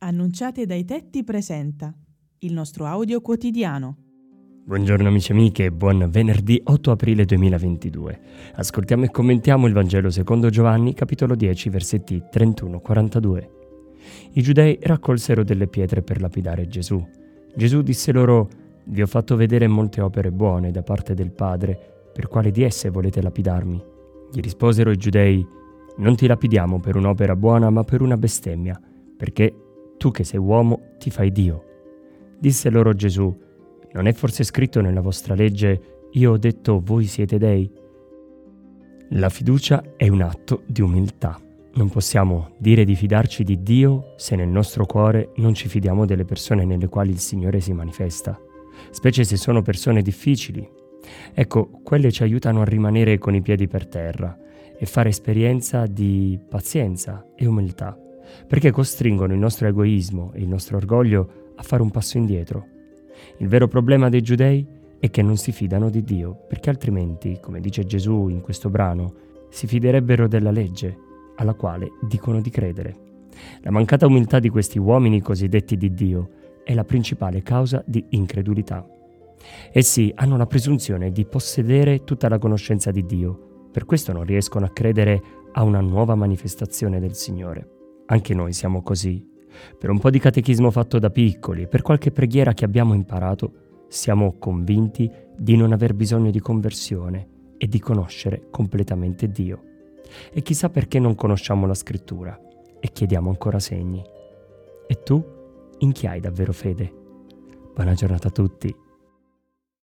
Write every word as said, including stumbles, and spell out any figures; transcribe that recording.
Annunciate dai tetti presenta il nostro audio quotidiano. Buongiorno amici e amiche e buon venerdì otto aprile duemilaventidue. Ascoltiamo e commentiamo il Vangelo secondo Giovanni, capitolo dieci, versetti trentuno quarantadue. I giudei raccolsero delle pietre per lapidare Gesù. Gesù disse loro: «Vi ho fatto vedere molte opere buone da parte del Padre, per quale di esse volete lapidarmi?» Gli risposero i giudei: «Non ti lapidiamo per un'opera buona, ma per una bestemmia, perché tu che sei uomo ti fai Dio». Disse loro Gesù: «Non è forse scritto nella vostra legge: io ho detto voi siete dei?» La fiducia è un atto di umiltà. Non possiamo dire di fidarci di Dio se nel nostro cuore non ci fidiamo delle persone nelle quali il Signore si manifesta, specie se sono persone difficili. Ecco, quelle ci aiutano a rimanere con i piedi per terra e fare esperienza di pazienza e umiltà, perché costringono il nostro egoismo e il nostro orgoglio a fare un passo indietro. Il vero problema dei giudei è che non si fidano di Dio, perché altrimenti, come dice Gesù in questo brano, si fiderebbero della legge, alla quale dicono di credere. La mancata umiltà di questi uomini cosiddetti di Dio è la principale causa di incredulità. Essi hanno la presunzione di possedere tutta la conoscenza di Dio, per questo non riescono a credere a una nuova manifestazione del Signore. Anche noi siamo così. Per un po' di catechismo fatto da piccoli, per qualche preghiera che abbiamo imparato, siamo convinti di non aver bisogno di conversione e di conoscere completamente Dio. E chissà perché non conosciamo la Scrittura e chiediamo ancora segni. E tu, in chi hai davvero fede? Buona giornata a tutti.